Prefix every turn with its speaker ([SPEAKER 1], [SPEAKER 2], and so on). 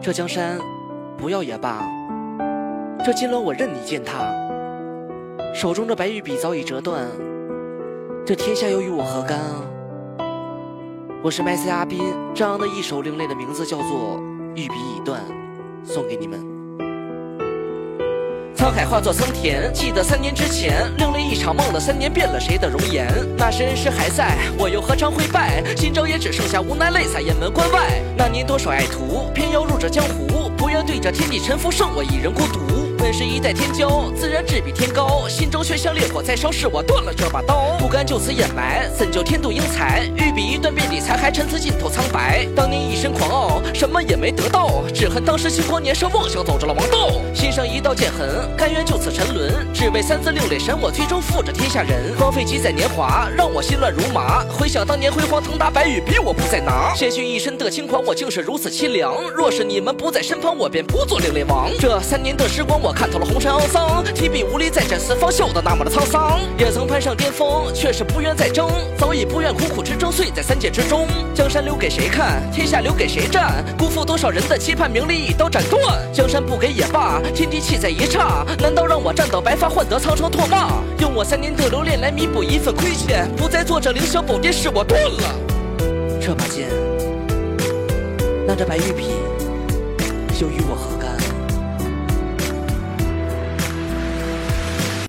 [SPEAKER 1] 这江山不要也罢，这金銮我任你践踏。手中的白玉笔早已折断，这天下又与我何干啊？我是麦塞阿宾，这样的一首另类的名字叫做玉笔已断，送给你们。沧海化作桑田，记得3年之前，另类一场梦了3年，变了谁的容颜？那时恩师还在，我又何尝会败？今朝也只剩下无奈泪洒雁门关外。那年多少爱徒，偏要入这江湖，不愿对着天地沉浮，剩我一人孤独。本是一代天骄，自然志比天高，心中却像烈火在烧，是我断了这把刀，不甘就此掩埋，怎就天妒英才？玉笔一断遍体残骸，陈词尽头苍白。当年一身狂傲，什么也没得到，只恨当时星光年少，妄想走着了王道。心上一道剑痕，甘愿就此沉沦，只为3字6类神，我最终负着天下人。荒废几载年华，让我心乱如麻，回想当年辉煌腾达，白玉笔我不再拿，献去一身的轻狂，我竟是如此凄凉。若是你们不在身旁，我便不做另类王。这3年的时光，我看透了红尘肮脏，提笔无力再战四方，笑得那么的沧桑。也曾攀上巅峰，却是不愿再争，早已不愿苦苦之争，碎在3界之中。江山留给谁看，天下留给谁占？辜负多少人的期盼，名利一刀斩断。江山不给也罢，天地气在一刹，难道让我站到白发，换得苍生唾骂？用我3年的留恋来弥补一份亏欠，不再做这凌霄宝殿，是我断了这把剑。那这白玉笔又与我何干？